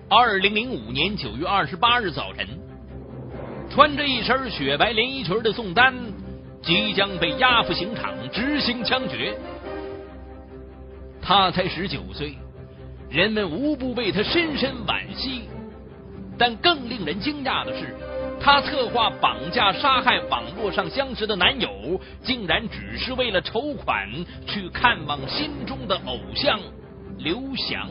2005年9月28日早晨，穿着一身雪白连衣裙的宋丹即将被押赴刑场执行枪决。他才19岁，人们无不为他深深惋惜。但更令人惊讶的是，他策划绑架杀害网络上相识的男友，竟然只是为了筹款去看望心中的偶像刘翔。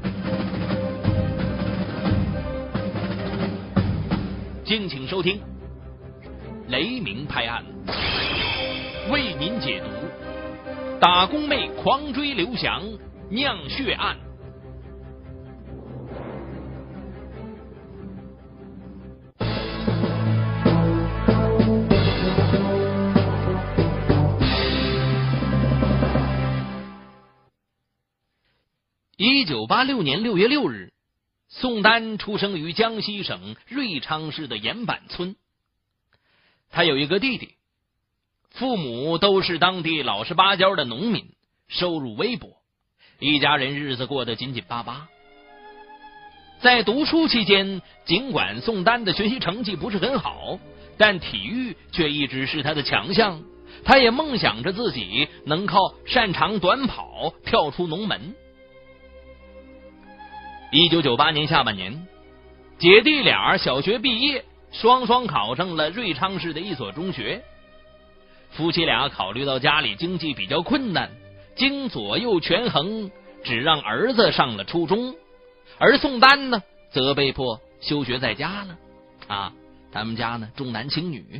敬请收听雷鸣拍案，为您解读打工妹狂追刘翔酿血案。1986年6月6日，宋丹出生于江西省瑞昌市的岩板村。他有一个弟弟，父母都是当地老实巴交的农民，收入微薄，一家人日子过得紧紧巴巴。在读书期间，尽管宋丹的学习成绩不是很好，但体育却一直是他的强项。他也梦想着自己能靠擅长短跑跳出农门。1998年下半年，姐弟俩小学毕业，双双考上了瑞昌市的一所中学。夫妻俩考虑到家里经济比较困难，经左右权衡，只让儿子上了初中，而宋丹呢，则被迫休学在家了。他们家呢重男轻女。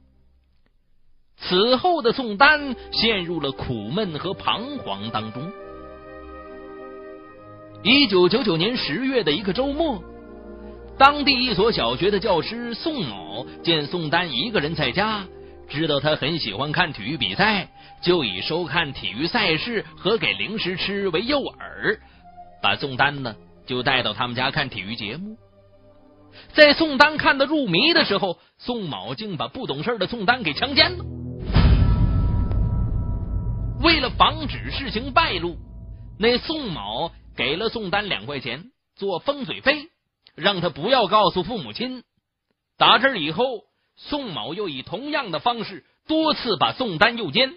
此后的宋丹陷入了苦闷和彷徨当中。1999年10月的一个周末，当地一所小学的教师宋某见宋丹一个人在家，知道他很喜欢看体育比赛，就以收看体育赛事和给零食吃为诱饵，把宋丹呢就带到他们家看体育节目。在宋丹看得入迷的时候，宋某竟把不懂事的宋丹给强奸了。为了防止事情败露，那宋某给了宋丹2块钱做风水费，让他不要告诉父母亲。打这以后，宋某又以同样的方式多次把宋丹诱奸。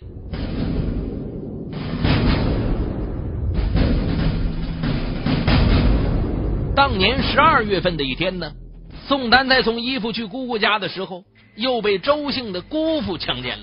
当年12月份的一天呢，宋丹在送衣服去姑姑家的时候，又被周姓的姑父强奸了。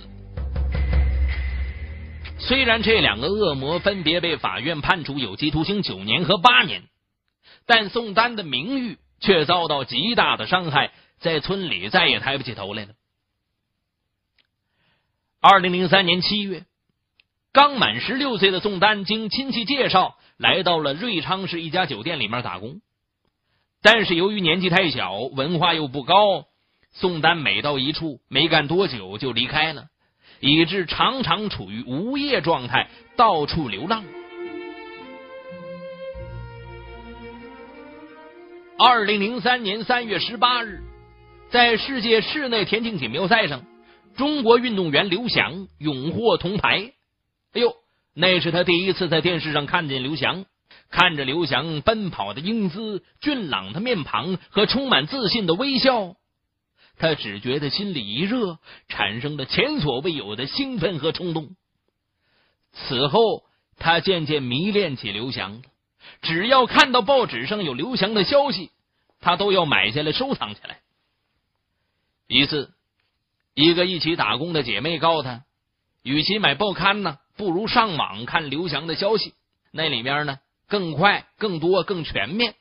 虽然这2个恶魔分别被法院判处有期徒刑9年和8年，但宋丹的名誉却遭到极大的伤害，在村里再也抬不起头来了。2003年7月，刚满16岁的宋丹经亲戚介绍来到了瑞昌市一家酒店里面打工，但是由于年纪太小，文化又不高，宋丹每到一处没干多久就离开了，以致常常处于无业状态，到处流浪。2003年3月18日，在世界室内田径锦标赛上，中国运动员刘翔勇获铜牌。那是他第一次在电视上看见刘翔，看着刘翔奔跑的英姿、俊朗的面庞和充满自信的微笑，他只觉得心里一热，产生了前所未有的兴奋和冲动。此后他渐渐迷恋起刘翔了，只要看到报纸上有刘翔的消息，他都要买下来收藏起来。一次，一个一起打工的姐妹告诉他，与其买报刊呢，不如上网看刘翔的消息，那里面呢更快、更多、更全面。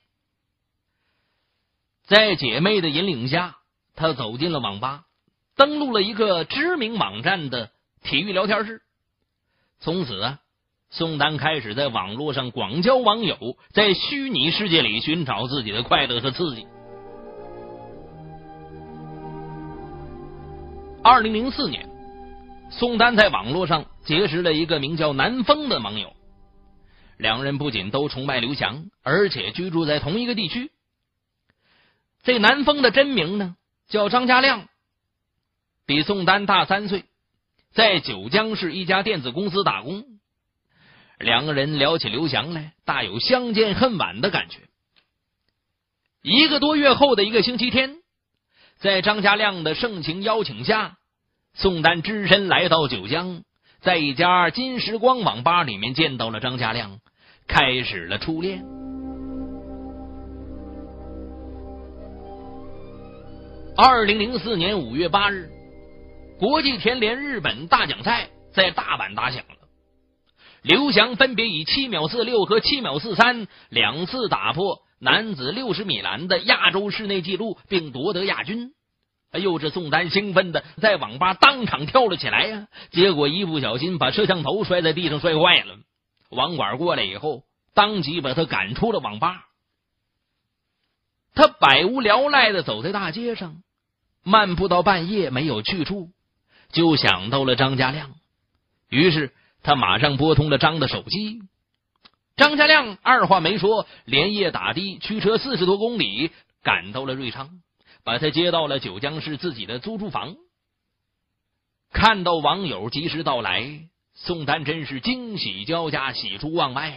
在姐妹的引领下，他走进了网吧，登录了一个知名网站的体育聊天室。从此宋丹开始在网络上广交网友，在虚拟世界里寻找自己的快乐和刺激。2004年，宋丹在网络上结识了一个名叫南风的网友，两人不仅都崇拜刘翔，而且居住在同一个地区。这南风的真名呢叫张家亮，比宋丹大3岁，在九江市一家电子公司打工。两个人聊起刘翔来，大有相见恨晚的感觉。 1个多月后的一个星期天，在张家亮的盛情邀请下，宋丹只身来到九江，在一家金时光网吧里面见到了张家亮，开始了初恋。2004年5月8日，国际田联日本大奖赛在大阪打响了。刘翔分别以7秒46和7秒43两次打破男子60米栏的亚洲室内纪录，并夺得亚军。哎呦，这宋丹兴奋的在网吧当场跳了起来呀！结果一不小心把摄像头摔在地上，摔坏了。网管过来以后，当即把他赶出了网吧。他百无聊赖的走在大街上，漫步到半夜没有去处，就想到了张家亮。于是他马上拨通了张的手机。张家亮二话没说，连夜打的驱车40多公里赶到了瑞昌，把他接到了九江市自己的租住房。看到网友及时到来，宋丹真是惊喜交加，喜出望外呀。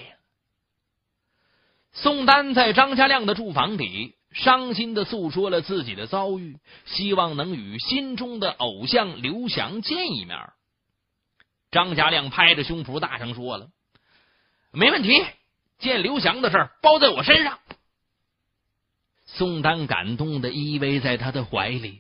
宋丹在张家亮的住房里伤心地诉说了自己的遭遇，希望能与心中的偶像刘翔见一面。张家亮拍着胸脯大声说了：“没问题，见刘翔的事儿包在我身上。”宋丹感动地依偎在他的怀里。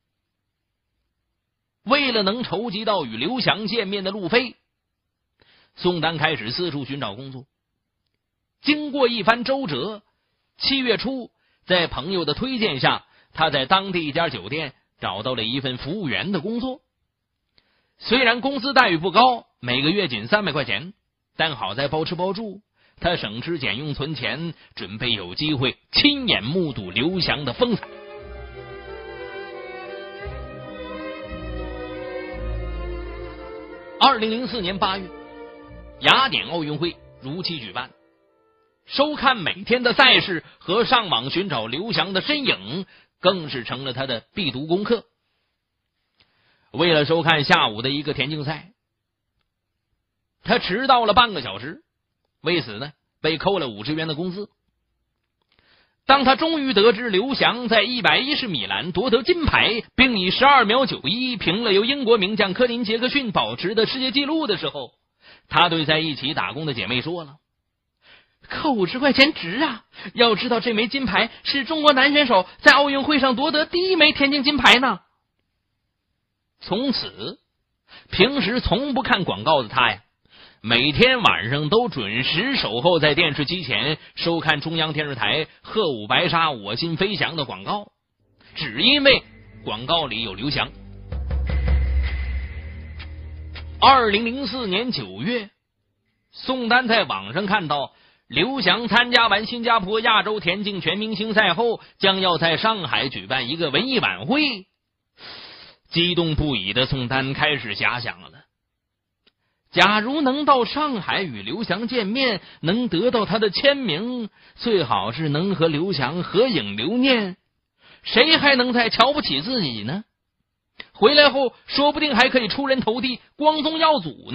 为了能筹集到与刘翔见面的路费，宋丹开始四处寻找工作。经过一番周折，7月初在朋友的推荐下，他在当地一家酒店找到了一份服务员的工作。虽然工资待遇不高，每个月仅300块钱，但好在包吃包住，他省吃俭用存钱，准备有机会亲眼目睹刘翔的风采。2004年8月，雅典奥运会如期举办。收看每天的赛事和上网寻找刘翔的身影，更是成了他的必读功课。为了收看下午的一个田径赛，他迟到了半个小时，为此呢被扣了50元的工资。当他终于得知刘翔在110米栏夺得金牌，并以12秒91平了由英国名将科林·杰克逊保持的世界纪录的时候，他对在一起打工的姐妹说了：“扣50块钱值啊！要知道这枚金牌是中国男选手在奥运会上夺得第1枚田径金牌呢。”从此，平时从不看广告的他呀，每天晚上都准时守候在电视机前，收看中央电视台鹤舞白沙我心飞翔的广告，只因为广告里有刘翔。2004年9月，宋丹在网上看到刘翔参加完新加坡亚洲田径全明星赛后，将要在上海举办一个文艺晚会。激动不已的宋丹开始遐想了，假如能到上海与刘翔见面，能得到他的签名，最好是能和刘翔合影留念，谁还能再瞧不起自己呢？回来后说不定还可以出人头地，光宗耀祖呢。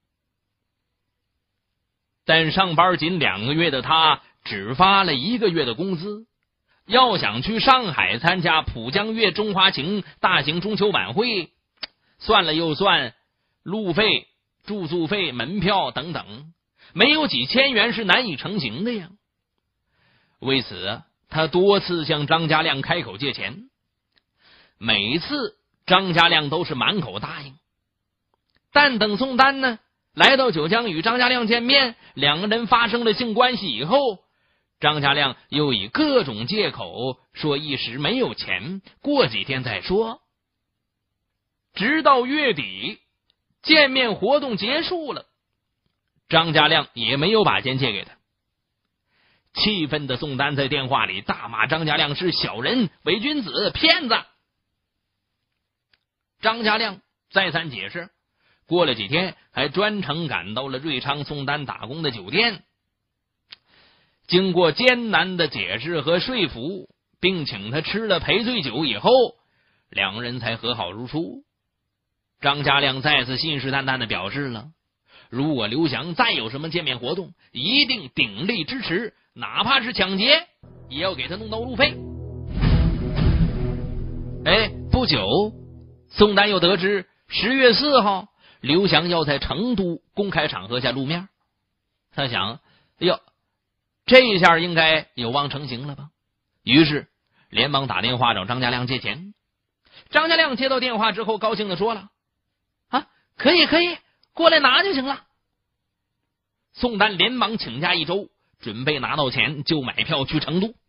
但上班仅2个月的他只发了1个月的工资，要想去上海参加浦江粤中华情大型中秋晚会，算了又算，路费、住宿费、门票等等，没有几千元是难以成行的呀。为此，他多次向张家亮开口借钱，每次张家亮都是满口答应。但等宋丹呢来到九江与张家亮见面，2个人发生了性关系以后，张家亮又以各种借口说一时没有钱，过几天再说。直到月底，见面活动结束了，张家亮也没有把钱借给他。气愤的宋丹在电话里大骂张家亮是小人、伪君子、骗子。张家亮再三解释，过了几天还专程赶到了瑞昌宋丹打工的酒店。经过艰难的解释和说服，并请他吃了赔罪酒以后，2个人才和好如初。张家亮再次信誓旦旦地表示了，如果刘翔再有什么见面活动，一定鼎力支持，哪怕是抢劫。 也要给他弄到路费。不久，宋丹又得知10月4号刘翔要在成都公开场合下露面。他想，这一下应该有望成行了吧？于是连忙打电话找张家亮借钱。张家亮接到电话之后，高兴地说了：“可以，过来拿就行了。”宋丹连忙请假1周，准备拿到钱就买票去成都。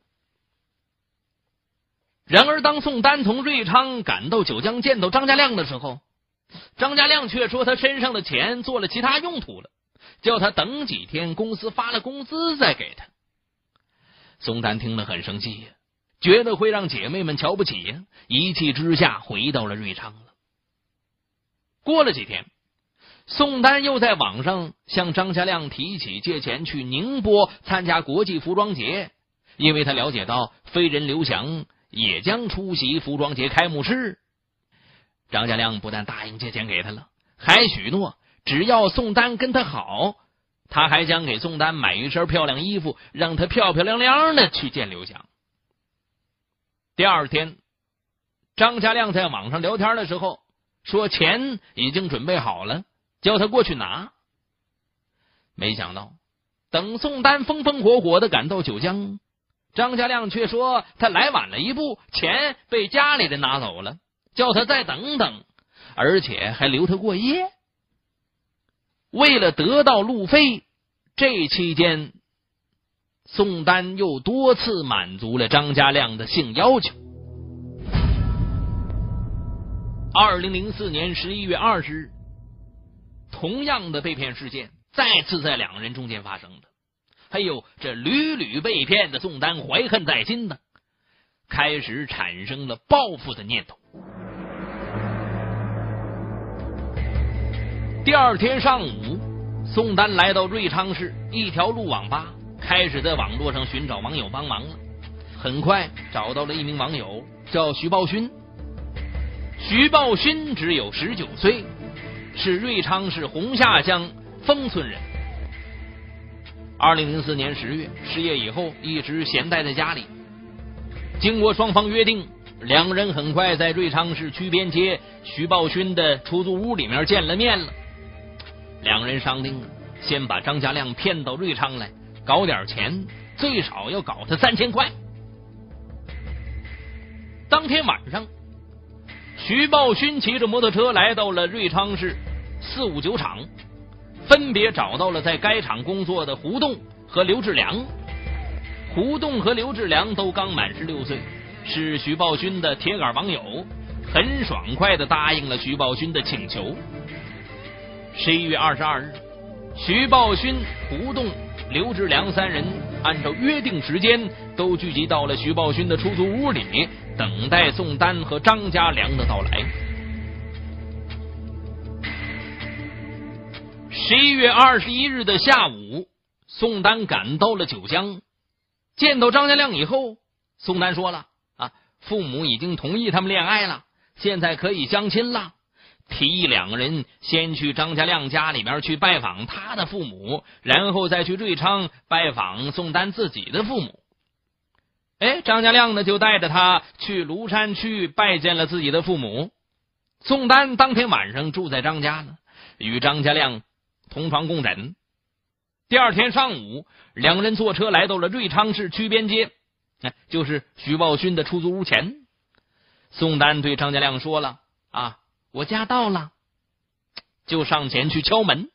然而当宋丹从瑞昌赶到九江见到张家亮的时候，张家亮却说他身上的钱做了其他用途了，叫他等几天公司发了工资再给他。宋丹听了很生气，觉得会让姐妹们瞧不起呀，一气之下回到了瑞昌了。过了几天，宋丹又在网上向张家亮提起借钱去宁波参加国际服装节，因为他了解到飞人刘翔也将出席服装节开幕式。张家亮不但答应借钱给他了，还许诺只要宋丹跟他好，他还将给宋丹买一身漂亮衣服，让他漂漂亮亮的去见刘翔。第二天，张家亮在网上聊天的时候说钱已经准备好了，叫他过去拿。没想到等宋丹风风火火的赶到九江，张家亮却说他来晚了一步，钱被家里人拿走了，叫他再等等，而且还留他过夜。为了得到路费，这期间宋丹又多次满足了张家亮的性要求。2004年11月20日，同样的被骗事件再次在两人中间发生的。这屡屡被骗的宋丹怀恨在心的，开始产生了报复的念头。第二天上午，宋丹来到瑞昌市一条路网吧，开始在网络上寻找网友帮忙了。很快找到了一名网友，叫徐抱勋。徐抱勋只有19岁，是瑞昌市洪下乡丰村人。2004年10月失业以后，一直闲待在家里。经过双方约定，两人很快在瑞昌市区边街徐抱勋的出租屋里面见了面了。两人商定了，先把张家亮骗到瑞昌来，搞点钱，最少要搞他3000块。当天晚上，徐抱勋骑着摩托车来到了瑞昌市459厂，分别找到了在该厂工作的胡栋和刘志良。胡栋和刘志良都刚满16岁，是徐抱勋的铁杆网友，很爽快地答应了徐抱勋的请求。11月22日，徐抱勋、胡栋、刘志良3人按照约定时间都聚集到了徐抱勋的出租屋里，等待宋丹和张家良的到来。11月21日的下午，宋丹赶到了九江，见到张家亮以后，宋丹说了父母已经同意他们恋爱了，现在可以相亲了，提议两个人先去张家亮家里边去拜访他的父母，然后再去瑞昌拜访宋丹自己的父母。张家亮呢就带着他去庐山区拜见了自己的父母。宋丹当天晚上住在张家了，与张家亮同床共枕。第二天上午，两人坐车来到了瑞昌市区边街，就是徐抱勋的出租屋前。宋丹对张家亮说了我家到了，就上前去敲门。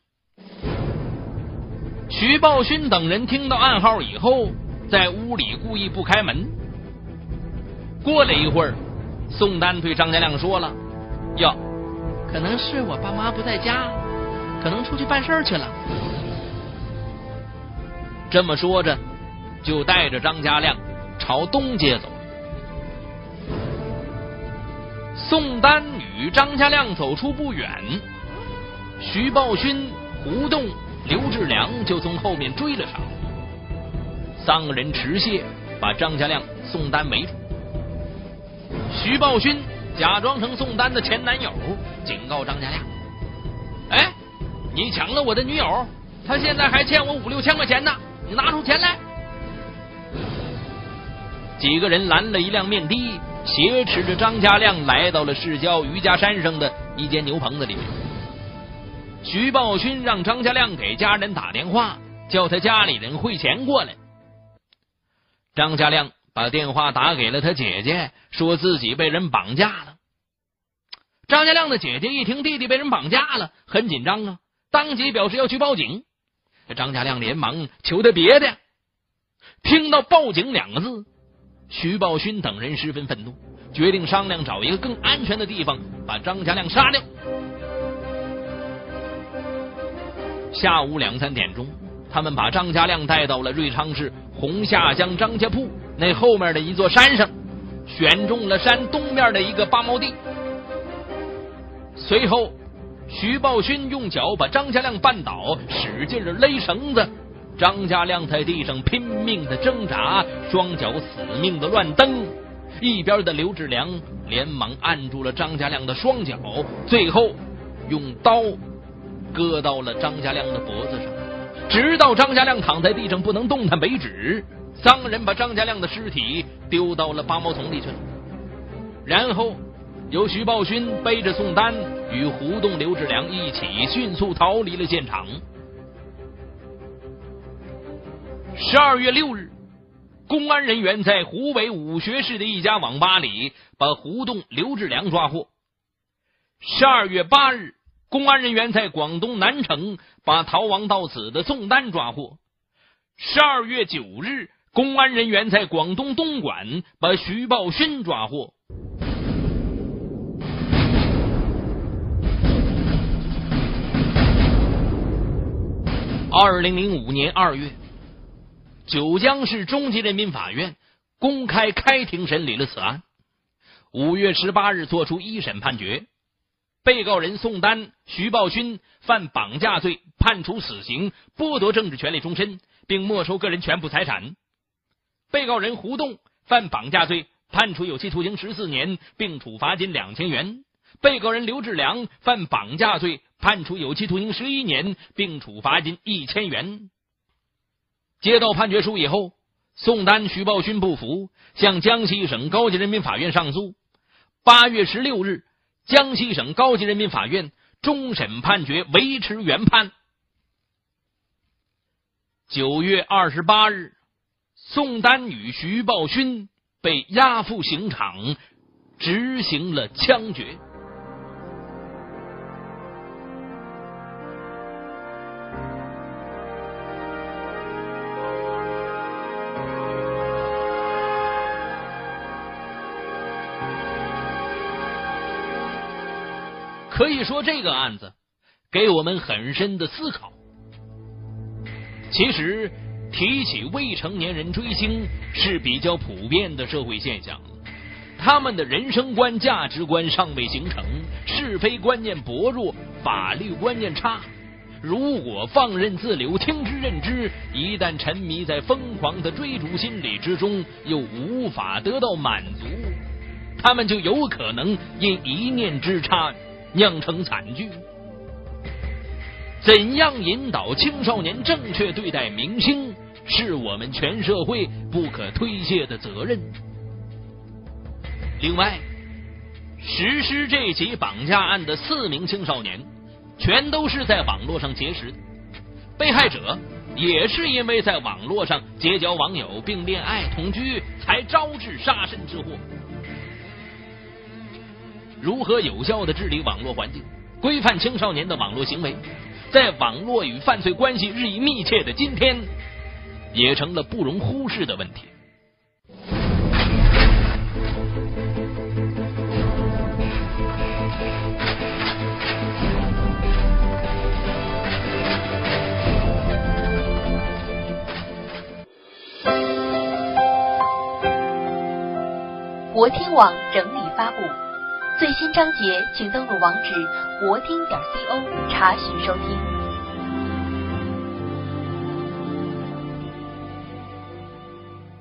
徐抱勋等人听到暗号以后，在屋里故意不开门。过了一会儿，宋丹对张家亮说了可能是我爸妈不在家，可能出去办事去了。这么说着，就带着张家亮朝东街走。宋丹与张家亮走出不远，徐抱勋、胡栋、刘志良就从后面追了上来。3个人持械把张家亮、宋丹围住。徐抱勋假装成宋丹的前男友，警告张家亮你抢了我的女友，她现在还欠我5、6千块钱呢，你拿出钱来。 几个人拦了一辆面的，挟持着张家亮来到了市郊于家山上的一间牛棚子里面。徐抱勋让张家亮给家人打电话，叫他家里人汇钱过来。张家亮把电话打给了他姐姐，说自己被人绑架了。张家亮的姐姐一听弟弟被人绑架了，很紧张啊，当即表示要去报警。张家亮连忙求他别的。听到报警2个字，徐抱勋等人十分愤怒，决定商量找一个更安全的地方把张家亮杀掉。下午2、3点钟，他们把张家亮带到了瑞昌市洪下乡张家铺那后面的一座山上，选中了山东面的一个扒毛地。随后徐抱勋用脚把张家亮绊倒，使劲的勒绳子。张家亮在地上拼命的挣扎，双脚死命的乱蹬。一边的刘志良连忙按住了张家亮的双脚，最后用刀割到了张家亮的脖子上，直到张家亮躺在地上不能动弹为止。3人把张家亮的尸体丢到了扒毛丛里去了。然后由徐抱勋背着宋丹与胡栋、刘志良一起迅速逃离了现场。12月6日，公安人员在湖北武穴市的一家网吧里把胡栋、刘志良抓获。12月8日，公安人员在广东南城把逃亡到此的宋丹抓获。12月9日，公安人员在广东东莞把徐抱勋抓获。2005年2月，九江市中级人民法院公开开庭审理了此案。5月18日作出一审判决，被告人宋丹、徐抱勋犯绑架罪，判处死刑，剥夺政治权利终身，并没收个人全部财产。被告人胡栋犯绑架罪，判处有期徒刑14年，并处罚金2000元。被告人刘志良犯绑架罪，判处有期徒刑11年，并处罚金1000元。接到判决书以后，宋丹、徐抱勋不服，向江西省高级人民法院上诉。8月16日，江西省高级人民法院终审判决维持原判。9月28日，宋丹与徐抱勋被押赴刑场，执行了枪决。可以说这个案子给我们很深的思考。其实提起未成年人追星是比较普遍的社会现象，他们的人生观、价值观尚未形成，是非观念薄弱，法律观念差。如果放任自流，听之任之，一旦沉迷在疯狂的追逐心理之中，又无法得到满足，他们就有可能因一念之差酿成惨剧。怎样引导青少年正确对待明星，是我们全社会不可推卸的责任。另外，实施这起绑架案的4名青少年全都是在网络上结识的，被害者也是因为在网络上结交网友并恋爱同居，才招致杀身之祸。如何有效地治理网络环境，规范青少年的网络行为，在网络与犯罪关系日益密切的今天，也成了不容忽视的问题。 国听网整理发布，最新章节请登录网址国听.co查询收听。